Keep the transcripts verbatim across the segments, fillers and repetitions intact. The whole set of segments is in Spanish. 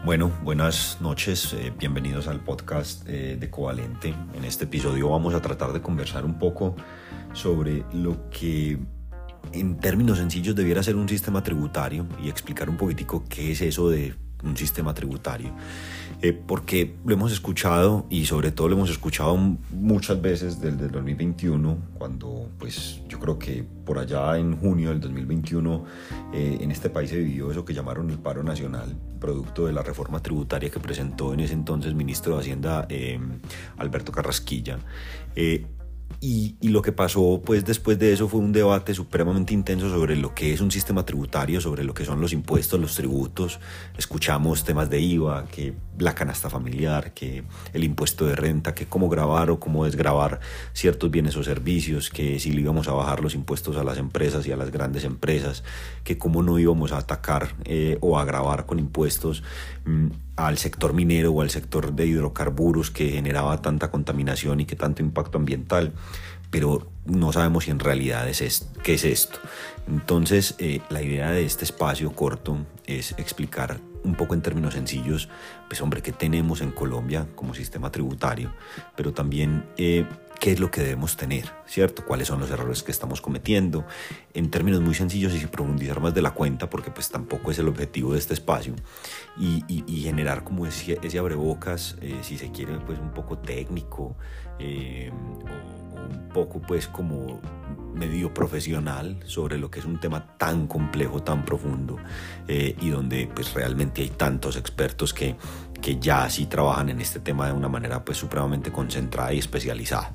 Bueno, buenas noches, eh, bienvenidos al podcast eh, de Covalente. En este episodio vamos a tratar de conversar un poco sobre lo que en términos sencillos debiera ser un sistema tributario y explicar un poquitico qué es eso de un sistema tributario. Eh, porque lo hemos escuchado y sobre todo lo hemos escuchado muchas veces desde el dos mil veintiuno, cuando pues yo creo que por allá en junio del dos mil veintiuno eh, en este país se vivió eso que llamaron el paro nacional, producto de la reforma tributaria que presentó en ese entonces ministro de Hacienda eh, Alberto Carrasquilla. Eh, Y, y lo que pasó pues después de eso fue un debate supremamente intenso sobre lo que es un sistema tributario, sobre lo que son los impuestos, los tributos. Escuchamos temas de I V A, que la canasta familiar, que el impuesto de renta, que cómo gravar o cómo desgravar ciertos bienes o servicios, que si le íbamos a bajar los impuestos a las empresas y a las grandes empresas, que cómo no íbamos a atacar eh, o a gravar con impuestos mmm, al sector minero o al sector de hidrocarburos que generaba tanta contaminación y que tanto impacto ambiental, pero no sabemos si en realidad es esto, qué es esto. Entonces eh, la idea de este espacio corto es explicar un poco en términos sencillos, pues hombre, qué tenemos en Colombia como sistema tributario, pero también eh, qué es lo que debemos tener, ¿cierto? Cuáles son los errores que estamos cometiendo, en términos muy sencillos y sin profundizar más de la cuenta, porque pues tampoco es el objetivo de este espacio, y, y, y generar como ese, ese abrebocas, eh, si se quiere, pues un poco técnico, eh, o, o un poco pues como medio profesional sobre lo que es un tema tan complejo, tan profundo, eh, y donde pues realmente hay tantos expertos que, que ya sí trabajan en este tema de una manera pues supremamente concentrada y especializada.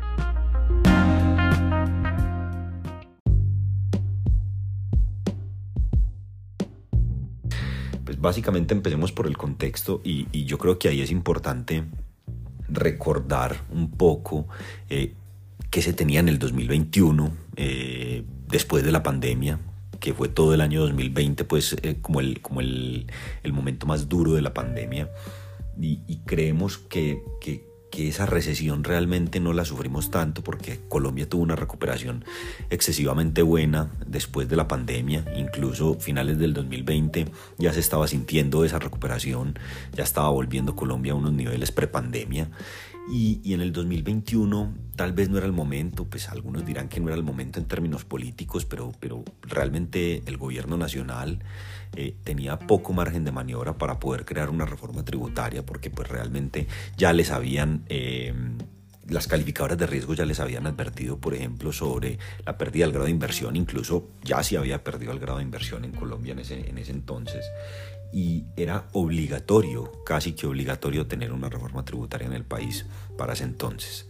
Pues básicamente empecemos por el contexto y, y yo creo que ahí es importante recordar un poco eh, qué se tenía en el dos mil veintiuno, eh, después de la pandemia, que fue todo el año dos mil veinte, pues eh, como, el, como el, el momento más duro de la pandemia, y, y creemos que, que, que esa recesión realmente no la sufrimos tanto porque Colombia tuvo una recuperación excesivamente buena después de la pandemia. Incluso finales del dos mil veinte ya se estaba sintiendo esa recuperación, ya estaba volviendo Colombia a unos niveles prepandemia. Y, y en el dos mil veintiuno tal vez no era el momento, pues algunos dirán que no era el momento en términos políticos, pero, pero realmente el gobierno nacional eh, tenía poco margen de maniobra para poder crear una reforma tributaria, porque pues realmente ya les habían... Eh, Las calificadoras de riesgo ya les habían advertido, por ejemplo, sobre la pérdida del grado de inversión. Incluso ya se había perdido el grado de inversión en Colombia en ese, en ese entonces. Y era obligatorio, casi que obligatorio, tener una reforma tributaria en el país para ese entonces.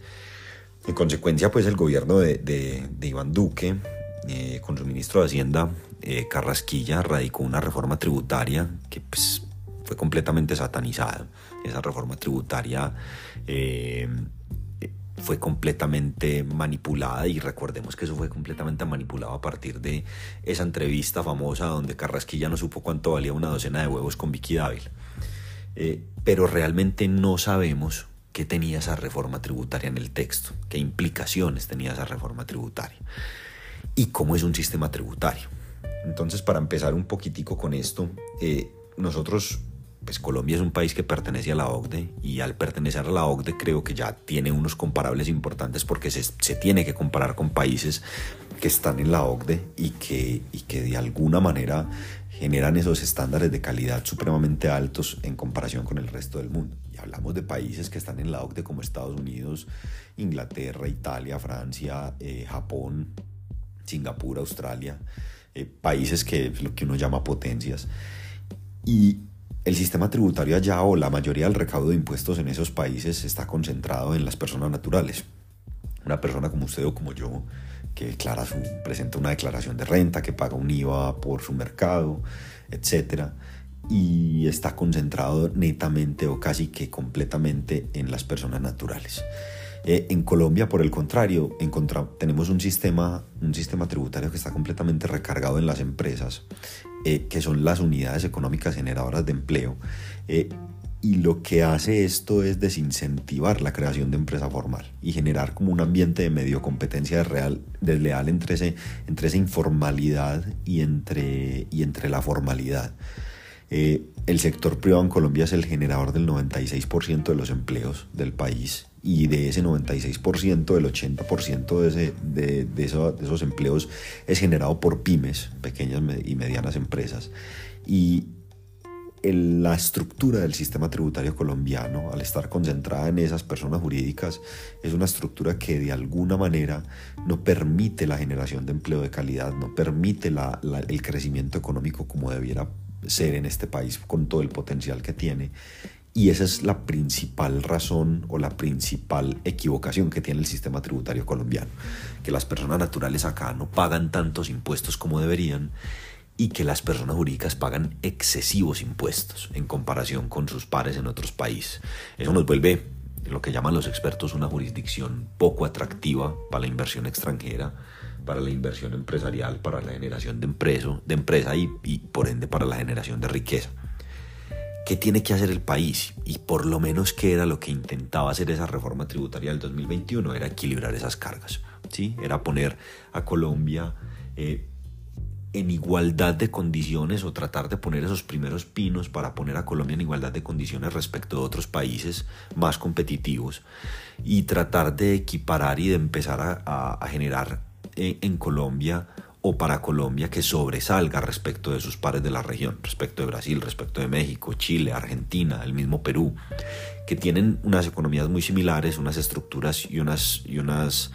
En consecuencia, pues el gobierno de, de, de Iván Duque, eh, con su ministro de Hacienda, eh, Carrasquilla, radicó una reforma tributaria que pues, fue completamente satanizada. Esa reforma tributaria... Eh, fue completamente manipulada, y recordemos que eso fue completamente manipulado a partir de esa entrevista famosa donde Carrasquilla no supo cuánto valía una docena de huevos con Vicky Dávila. Eh, pero realmente no sabemos qué tenía esa reforma tributaria en el texto, qué implicaciones tenía esa reforma tributaria y cómo es un sistema tributario. Entonces, para empezar un poquitico con esto, eh, nosotros... Pues Colombia es un país que pertenece a la O C D E, y al pertenecer a la O C D E creo que ya tiene unos comparables importantes, porque se, se tiene que comparar con países que están en la O C D E y que, y que de alguna manera generan esos estándares de calidad supremamente altos en comparación con el resto del mundo. Y hablamos de países que están en la O C D E como Estados Unidos, Inglaterra, Italia, Francia, eh, Japón, Singapur, Australia, eh, países que es lo que uno llama potencias. Y el sistema tributario allá, o la mayoría del recaudo de impuestos en esos países, está concentrado en las personas naturales. Una persona como usted o como yo, que declara su, presenta una declaración de renta, que paga un I V A por su mercado, etcétera, y está concentrado netamente o casi que completamente en las personas naturales. Eh, en Colombia, por el contrario, encontra, tenemos un sistema, un sistema tributario que está completamente recargado en las empresas, eh, que son las unidades económicas generadoras de empleo, eh, y lo que hace esto es desincentivar la creación de empresa formal y generar como un ambiente de medio competencia real, desleal entre, ese, entre esa informalidad y entre, y entre la formalidad. Eh, el sector privado en Colombia es el generador del noventa y seis por ciento de los empleos del país, y de ese noventa y seis por ciento, el ochenta por ciento de, ese, de, de, eso, de esos empleos es generado por pymes, pequeñas y medianas empresas. Y el, la estructura del sistema tributario colombiano, al estar concentrada en esas personas jurídicas, es una estructura que de alguna manera no permite la generación de empleo de calidad, no permite la, la, el crecimiento económico como debiera ser en este país con todo el potencial que tiene. Y esa es la principal razón o la principal equivocación que tiene el sistema tributario colombiano, que las personas naturales acá no pagan tantos impuestos como deberían, y que las personas jurídicas pagan excesivos impuestos en comparación con sus pares en otros países. Eso nos vuelve, lo que llaman los expertos, una jurisdicción poco atractiva para la inversión extranjera, para la inversión empresarial, para la generación de, empreso, de empresa y, y por ende para la generación de riqueza. ¿Qué tiene que hacer el país? Y por lo menos qué era lo que intentaba hacer esa reforma tributaria del dos mil veintiuno, era equilibrar esas cargas, ¿sí? Era poner a Colombia eh, en igualdad de condiciones, o tratar de poner esos primeros pinos para poner a Colombia en igualdad de condiciones respecto de otros países más competitivos, y tratar de equiparar y de empezar a, a, a generar eh, en Colombia o para Colombia que sobresalga respecto de sus pares de la región, respecto de Brasil, respecto de México, Chile, Argentina, el mismo Perú, que tienen unas economías muy similares, unas estructuras y unas y unas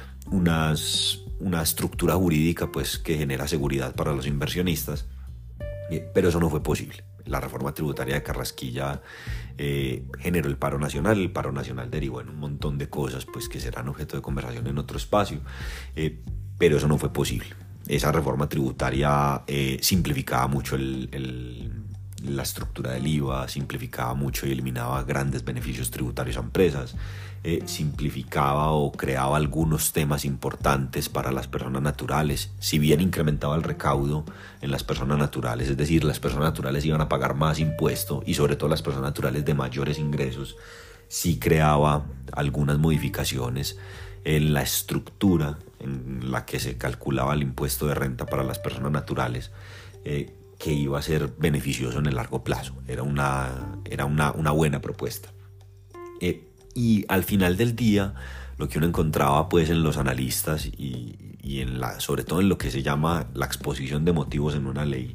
unas una estructura jurídica pues que genera seguridad para los inversionistas, eh, pero eso no fue posible. La reforma tributaria de Carrasquilla eh, generó el paro nacional. El paro nacional derivó en un montón de cosas pues que serán objeto de conversación en otro espacio, eh, pero eso no fue posible. Esa reforma tributaria eh, simplificaba mucho el, el, la estructura del I V A, simplificaba mucho y eliminaba grandes beneficios tributarios a empresas, eh, simplificaba o creaba algunos temas importantes para las personas naturales, si bien incrementaba el recaudo en las personas naturales, es decir, las personas naturales iban a pagar más impuesto, y sobre todo las personas naturales de mayores ingresos, sí creaba algunas modificaciones en la estructura en la que se calculaba el impuesto de renta para las personas naturales, eh, que iba a ser beneficioso en el largo plazo. Era una, era una, una buena propuesta. Eh, y al final del día, lo que uno encontraba pues en los analistas y, y en la, sobre todo en lo que se llama la exposición de motivos en una ley,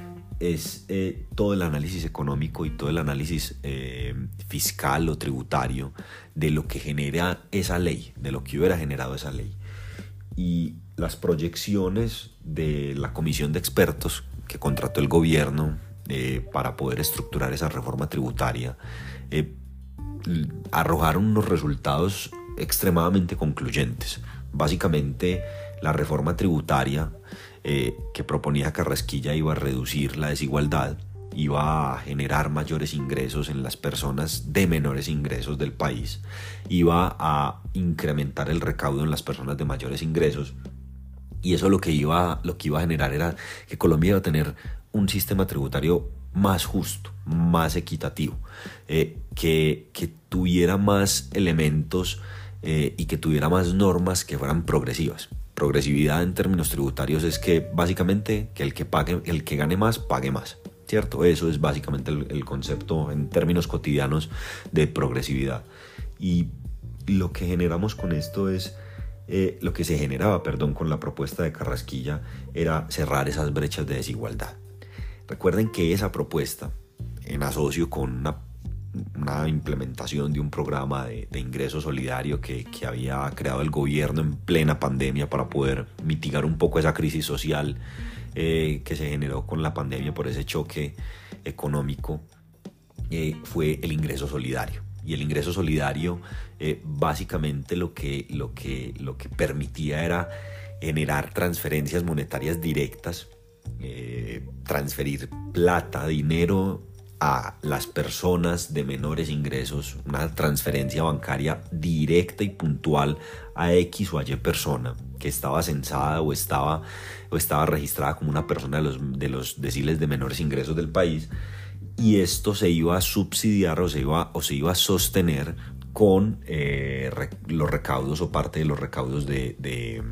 es eh, todo el análisis económico y todo el análisis eh, fiscal o tributario de lo que genera esa ley, de lo que hubiera generado esa ley. Y las proyecciones de la comisión de expertos que contrató el gobierno eh, para poder estructurar esa reforma tributaria eh, arrojaron unos resultados extremadamente concluyentes. Básicamente, la reforma tributaria eh, que proponía Carrasquilla iba a reducir la desigualdad, iba a generar mayores ingresos en las personas de menores ingresos del país, iba a incrementar el recaudo en las personas de mayores ingresos, y eso lo que iba, lo que iba a generar era que Colombia iba a tener un sistema tributario más justo, más equitativo, eh, que, que tuviera más elementos eh, y que tuviera más normas que fueran progresivas. Progresividad en términos tributarios es que básicamente que el que pague, el que gane más, pague más, ¿cierto? Eso es básicamente el, el concepto en términos cotidianos de progresividad. Y lo que generamos con esto es, eh, lo que se generaba, perdón, con la propuesta de Carrasquilla era cerrar esas brechas de desigualdad. Recuerden que esa propuesta, en asocio con una, una implementación de un programa de, de ingreso solidario que, que había creado el gobierno en plena pandemia para poder mitigar un poco esa crisis social eh, que se generó con la pandemia por ese choque económico, eh, fue el ingreso solidario. Y el ingreso solidario eh, básicamente lo que, lo, que, lo que permitía era generar transferencias monetarias directas, Eh, transferir plata, dinero a las personas de menores ingresos, una transferencia bancaria directa y puntual a X o Y persona que estaba censada o estaba, o estaba registrada como una persona de los, de los deciles de menores ingresos del país, y esto se iba a subsidiar o se iba, o se iba a sostener con eh, re, los recaudos o parte de los recaudos de, de,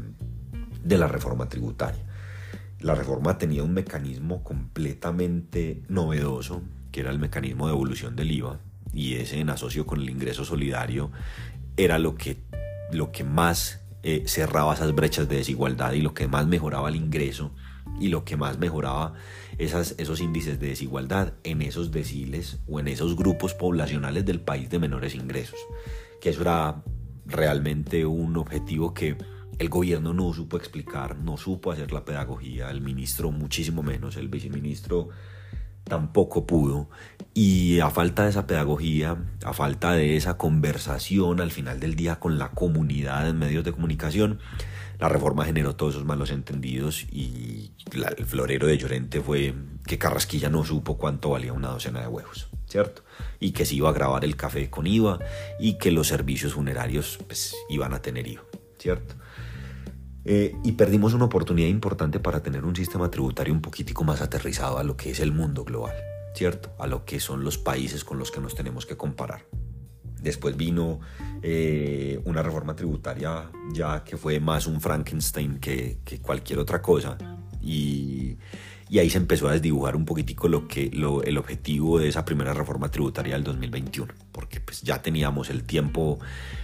de la reforma tributaria. La reforma tenía un mecanismo completamente novedoso que que era el mecanismo de evolución del I V A, y ese en asocio con el ingreso solidario era lo que, lo que más eh, cerraba esas brechas de desigualdad y lo que más mejoraba el ingreso y lo que más mejoraba esas, esos índices de desigualdad en esos deciles o en esos grupos poblacionales del país de menores ingresos, que eso era realmente un objetivo que el gobierno no supo explicar, no supo hacer la pedagogía, el ministro muchísimo menos, el viceministro tampoco pudo, y a falta de esa pedagogía, a falta de esa conversación al final del día con la comunidad en medios de comunicación, la reforma generó todos esos malos entendidos y la, el florero de Llorente fue que Carrasquilla no supo cuánto valía una docena de huevos, ¿cierto? Y que se iba a grabar el café con I V A y que los servicios funerarios pues, iban a tener I V A, ¿cierto? Eh, y perdimos una oportunidad importante para tener un sistema tributario un poquitico más aterrizado a lo que es el mundo global, ¿cierto? A lo que son los países con los que nos tenemos que comparar. Después vino eh, una reforma tributaria ya que fue más un Frankenstein que, que cualquier otra cosa, y, y ahí se empezó a desdibujar un poquitico lo que, lo, el objetivo de esa primera reforma tributaria del dos mil veintiuno, porque pues ya teníamos el tiempo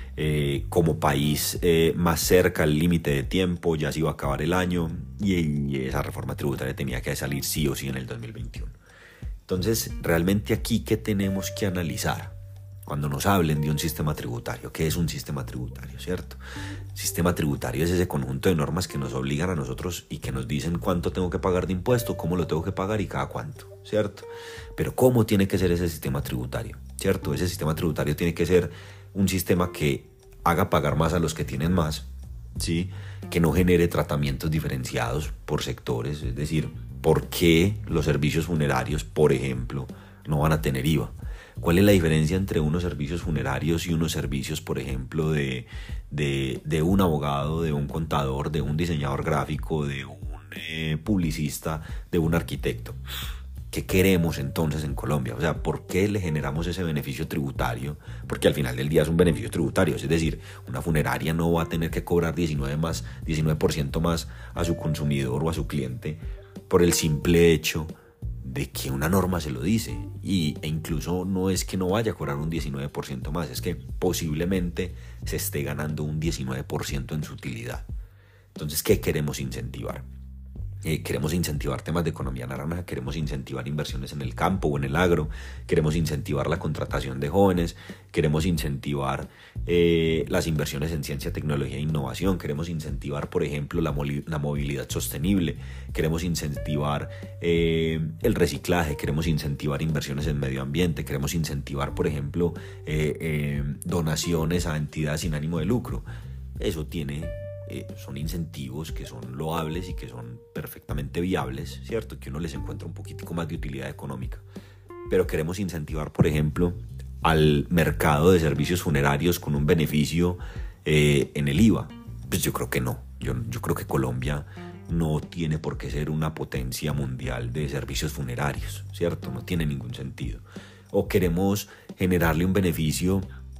eh, como país eh, más cerca al límite de tiempo, ya se iba a acabar el año y, y esa reforma tributaria tenía que salir sí o sí en el dos mil veintiuno. Entonces, realmente aquí, ¿qué tenemos que analizar? Cuando nos hablen de un sistema tributario, ¿qué es un sistema tributario, cierto? Sistema tributario es ese conjunto de normas que nos obligan a nosotros y que nos dicen cuánto tengo que pagar de impuesto, cómo lo tengo que pagar y cada cuánto, ¿cierto? Pero ¿cómo tiene que ser ese sistema tributario, cierto? Ese sistema tributario tiene que ser un sistema que haga pagar más a los que tienen más, ¿sí? Que no genere tratamientos diferenciados por sectores, es decir, ¿por qué los servicios funerarios, por ejemplo, no van a tener I V A? ¿Cuál es la diferencia entre unos servicios funerarios y unos servicios, por ejemplo, de, de, de un abogado, de un contador, de un diseñador gráfico, de un eh, publicista, de un arquitecto? ¿Qué queremos entonces en Colombia? O sea, ¿por qué le generamos ese beneficio tributario? Porque al final del día es un beneficio tributario, es decir, una funeraria no va a tener que cobrar diecinueve más, diecinueve por ciento más a su consumidor o a su cliente por el simple hecho de que una norma se lo dice, y, e incluso no es que no vaya a cobrar un diecinueve por ciento más, es que posiblemente se esté ganando un diecinueve por ciento en su utilidad. Entonces, ¿qué queremos incentivar? Eh, queremos incentivar temas de economía naranja, queremos incentivar inversiones en el campo o en el agro, queremos incentivar la contratación de jóvenes, queremos incentivar eh, las inversiones en ciencia, tecnología e innovación, queremos incentivar, por ejemplo, la, la movilidad sostenible, queremos incentivar eh, el reciclaje, queremos incentivar inversiones en medio ambiente, queremos incentivar, por ejemplo, eh, eh, donaciones a entidades sin ánimo de lucro. Eso tiene... Eh, son incentivos que son loables y que son perfectamente viables, ¿cierto? Que uno les encuentra un poquitico más de utilidad económica. Pero queremos incentivar, por ejemplo, al mercado de servicios funerarios con un beneficio eh, en el I V A. Pues yo creo que no. Yo, yo creo que Colombia no tiene por qué ser una potencia mundial de servicios funerarios, ¿cierto? No tiene ningún sentido. O queremos generarle un beneficio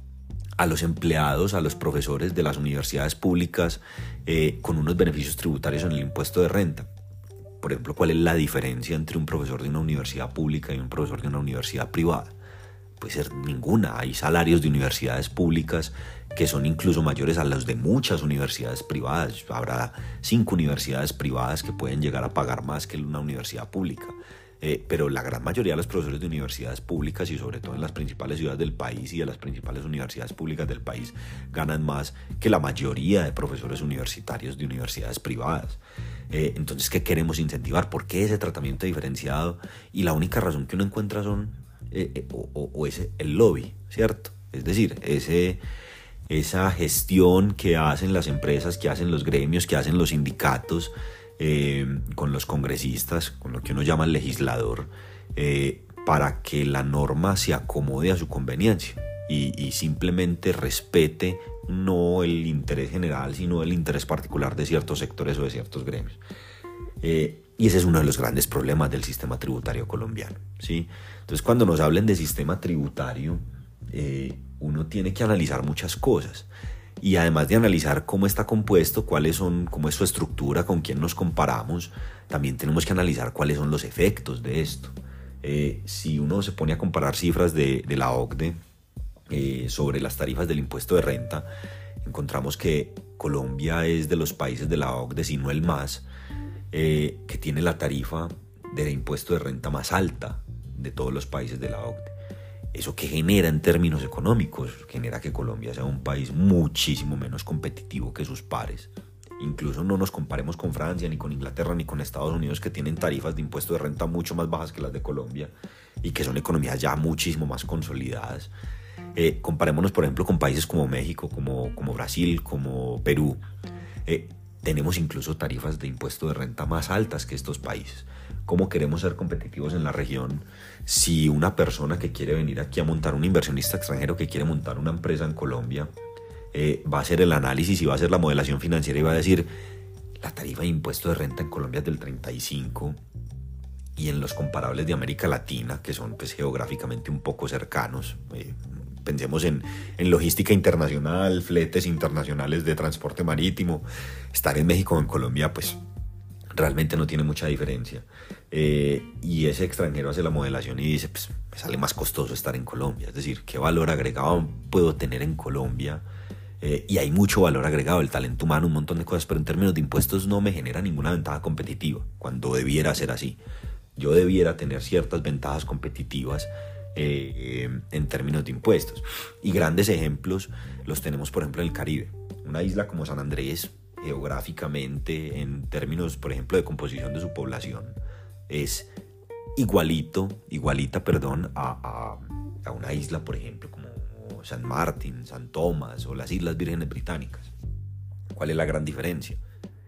a los empleados, a los profesores de las universidades públicas eh, con unos beneficios tributarios en el impuesto de renta. Por ejemplo, ¿cuál es la diferencia entre un profesor de una universidad pública y un profesor de una universidad privada? Puede ser ninguna. Hay salarios de universidades públicas que son incluso mayores a los de muchas universidades privadas. Habrá cinco universidades privadas que pueden llegar a pagar más que una universidad pública. Eh, pero la gran mayoría de los profesores de universidades públicas, y sobre todo en las principales ciudades del país y de las principales universidades públicas del país, ganan más que la mayoría de profesores universitarios de universidades privadas. Eh, entonces, ¿qué queremos incentivar? ¿Por qué ese tratamiento diferenciado? Y la única razón que uno encuentra son eh, eh, o, o, o es el lobby, ¿cierto? Es decir, ese, esa gestión que hacen las empresas, que hacen los gremios, que hacen los sindicatos, Eh, con los congresistas, con lo que uno llama el legislador, eh, para que la norma se acomode a su conveniencia y, y simplemente respete no el interés general, sino el interés particular de ciertos sectores o de ciertos gremios. Eh, y ese es uno de los grandes problemas del sistema tributario colombiano, ¿sí? Entonces, cuando nos hablen de sistema tributario, eh, uno tiene que analizar muchas cosas. Y además de analizar cómo está compuesto, cuáles son, cómo es su estructura, con quién nos comparamos, también tenemos que analizar cuáles son los efectos de esto. Eh, si uno se pone a comparar cifras de, de la O C D E eh, sobre las tarifas del impuesto de renta, encontramos que Colombia es de los países de la O C D E, si no el más, eh, que tiene la tarifa de impuesto de renta más alta de todos los países de la O C D E. ¿Eso qué genera en términos económicos? Genera que Colombia sea un país muchísimo menos competitivo que sus pares. Incluso no nos comparemos con Francia, ni con Inglaterra, ni con Estados Unidos, que tienen tarifas de impuesto de renta mucho más bajas que las de Colombia y que son economías ya muchísimo más consolidadas. Eh, comparémonos, por ejemplo, con países como México, como, como Brasil, como Perú. Eh, tenemos incluso tarifas de impuesto de renta más altas que estos países. ¿Cómo queremos ser competitivos en la región si una persona que quiere venir aquí a montar, un inversionista extranjero que quiere montar una empresa en Colombia, eh, va a hacer el análisis y va a hacer la modelación financiera y va a decir, la tarifa de impuesto de renta en Colombia es del treinta y cinco y en los comparables de América Latina, que son pues geográficamente un poco cercanos, eh, pensemos en, en logística internacional, fletes internacionales de transporte marítimo, estar en México o en Colombia pues realmente no tiene mucha diferencia. Eh, y ese extranjero hace la modelación y dice, pues me sale más costoso estar en Colombia. Es decir, ¿qué valor agregado puedo tener en Colombia? Eh, y hay mucho valor agregado, el talento humano, un montón de cosas, pero en términos de impuestos no me genera ninguna ventaja competitiva, cuando debiera ser así. Yo debiera tener ciertas ventajas competitivas eh, eh, en términos de impuestos. Y grandes ejemplos los tenemos, por ejemplo, en el Caribe. Una isla como San Andrés, geográficamente, en términos, por ejemplo, de composición de su población, es igualito, igualita, perdón, a, a, a una isla, por ejemplo, como San Martín, San Tomás o las Islas Vírgenes Británicas. ¿Cuál es la gran diferencia?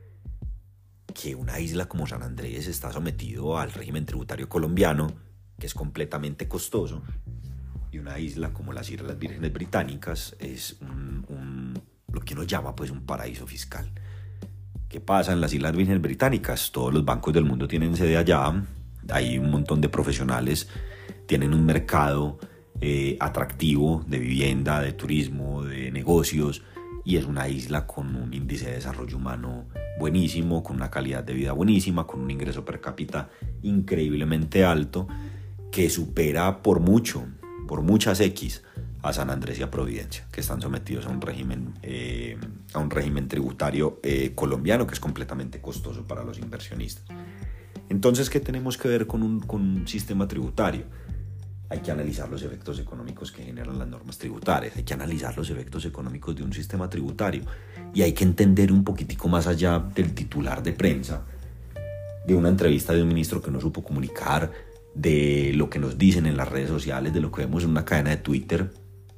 Que una isla como San Andrés está sometido al régimen tributario colombiano, que es completamente costoso, y una isla como las Islas Vírgenes Británicas es un, un, lo que uno llama pues un paraíso fiscal. ¿Qué pasa en las Islas Vírgenes Británicas? Todos los bancos del mundo tienen sede allá, hay un montón de profesionales, tienen un mercado eh, atractivo de vivienda, de turismo, de negocios, y es una isla con un índice de desarrollo humano buenísimo, con una calidad de vida buenísima, con un ingreso per cápita increíblemente alto, que supera por mucho, por muchas X, a San Andrés y a Providencia, que están sometidos a un régimen, eh, a un régimen tributario eh, colombiano que es completamente costoso para los inversionistas. Entonces, ¿qué tenemos que ver con un, con un sistema tributario? Hay que analizar los efectos económicos que generan las normas tributarias, hay que analizar los efectos económicos de un sistema tributario y hay que entender un poquitico más allá del titular de prensa, de una entrevista de un ministro que no supo comunicar, de lo que nos dicen en las redes sociales, de lo que vemos en una cadena de Twitter.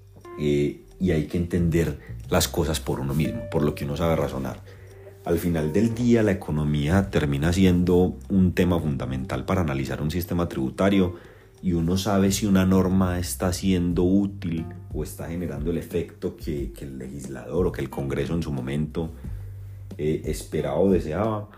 Eh, y hay que entender las cosas por uno mismo, por lo que uno sabe razonar. Al final del día, la economía termina siendo un tema fundamental para analizar un sistema tributario y uno sabe si una norma está siendo útil o está generando el efecto que, que el legislador o que el Congreso en su momento eh, esperaba o deseaba,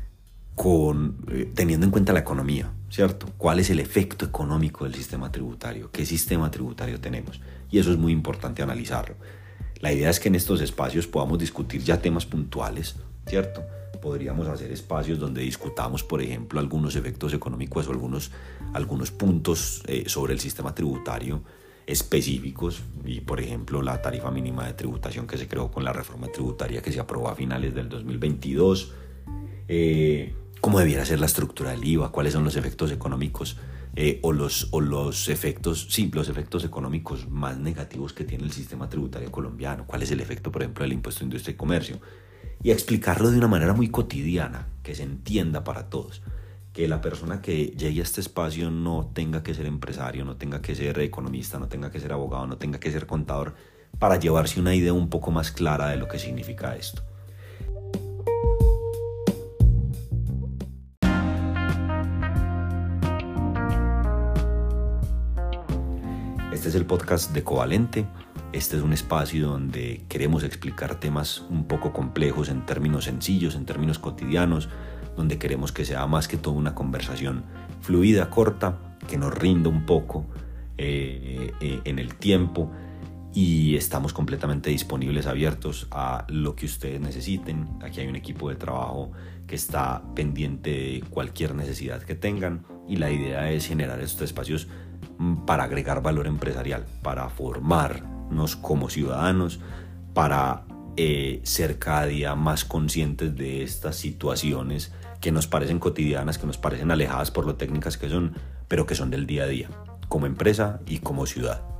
con, eh, teniendo en cuenta la economía, ¿cierto? ¿Cuál es el efecto económico del sistema tributario? ¿Qué sistema tributario tenemos? Y eso es muy importante analizarlo. La idea es que en estos espacios podamos discutir ya temas puntuales, ¿cierto? Podríamos hacer espacios donde discutamos, por ejemplo, algunos efectos económicos o algunos, algunos puntos eh, sobre el sistema tributario específicos, y por ejemplo la tarifa mínima de tributación que se creó con la reforma tributaria que se aprobó a finales del dos mil veintidós, eh, cómo debiera ser la estructura del I V A, cuáles son los efectos económicos eh, o, los, o los efectos, sí, los efectos económicos más negativos que tiene el sistema tributario colombiano, cuál es el efecto, por ejemplo, del impuesto de industria y comercio, y explicarlo de una manera muy cotidiana, que se entienda para todos, que la persona que llegue a este espacio no tenga que ser empresario, no tenga que ser economista, no tenga que ser abogado, no tenga que ser contador, para llevarse una idea un poco más clara de lo que significa esto. Este es el podcast de Covalente. Este es un espacio donde queremos explicar temas un poco complejos en términos sencillos, en términos cotidianos, donde queremos que sea más que todo una conversación fluida, corta, que nos rinda un poco eh, eh, en el tiempo, y estamos completamente disponibles, abiertos a lo que ustedes necesiten. Aquí hay un equipo de trabajo que está pendiente de cualquier necesidad que tengan. y la idea es generar estos espacios para agregar valor empresarial, para formarnos como ciudadanos, para eh, ser cada día más conscientes de estas situaciones que nos parecen cotidianas, que nos parecen alejadas por lo técnicas que son, pero que son del día a día, como empresa y como ciudad.